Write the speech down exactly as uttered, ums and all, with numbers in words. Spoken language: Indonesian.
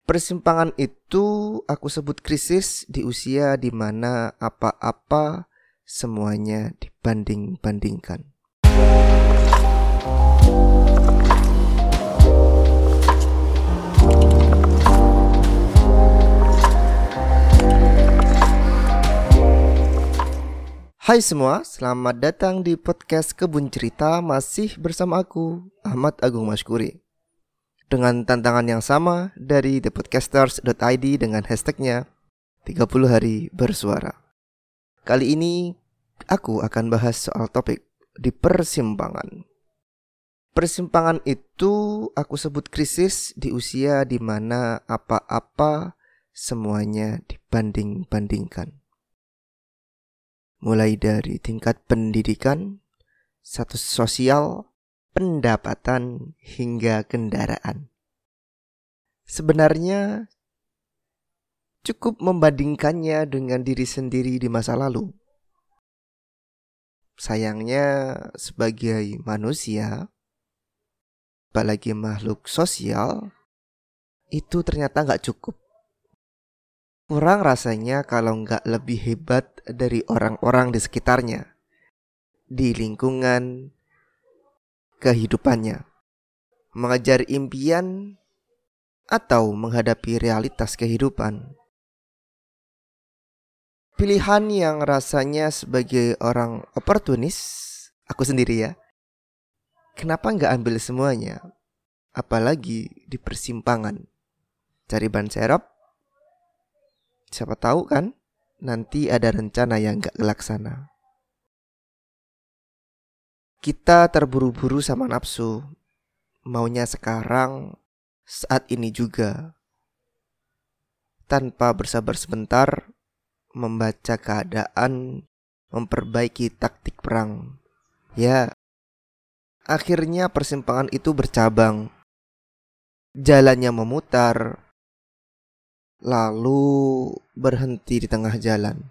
Persimpangan itu aku sebut krisis di usia di mana apa-apa semuanya dibanding-bandingkan. Hai semua, selamat datang di podcast Kebun Cerita, masih bersama aku, Ahmad Agung Masyukuri. Dengan tantangan yang sama dari the podcasters dot i d dengan hashtagnya tiga puluh hari bersuara. Kali ini aku akan bahas soal topik di persimpangan. Persimpangan itu aku sebut krisis di usia di mana apa-apa semuanya dibanding-bandingkan. Mulai dari tingkat pendidikan, status sosial, pendapatan, hingga kendaraan. Sebenarnya cukup membandingkannya dengan diri sendiri di masa lalu. Sayangnya sebagai manusia, apalagi makhluk sosial, itu ternyata gak cukup. Kurang rasanya kalau gak lebih hebat dari orang-orang di sekitarnya, di lingkungan kehidupannya, mengejar impian, atau menghadapi realitas kehidupan. Pilihan yang rasanya sebagai orang oportunis, aku sendiri ya, kenapa gak ambil semuanya? Apalagi di persimpangan. Cari ban serep, siapa tahu kan nanti ada rencana yang gak laksana. Kita terburu-buru sama nafsu, maunya sekarang, saat ini juga. Tanpa bersabar sebentar, membaca keadaan, memperbaiki taktik perang. Ya, akhirnya persimpangan itu bercabang. Jalannya memutar, lalu berhenti di tengah jalan.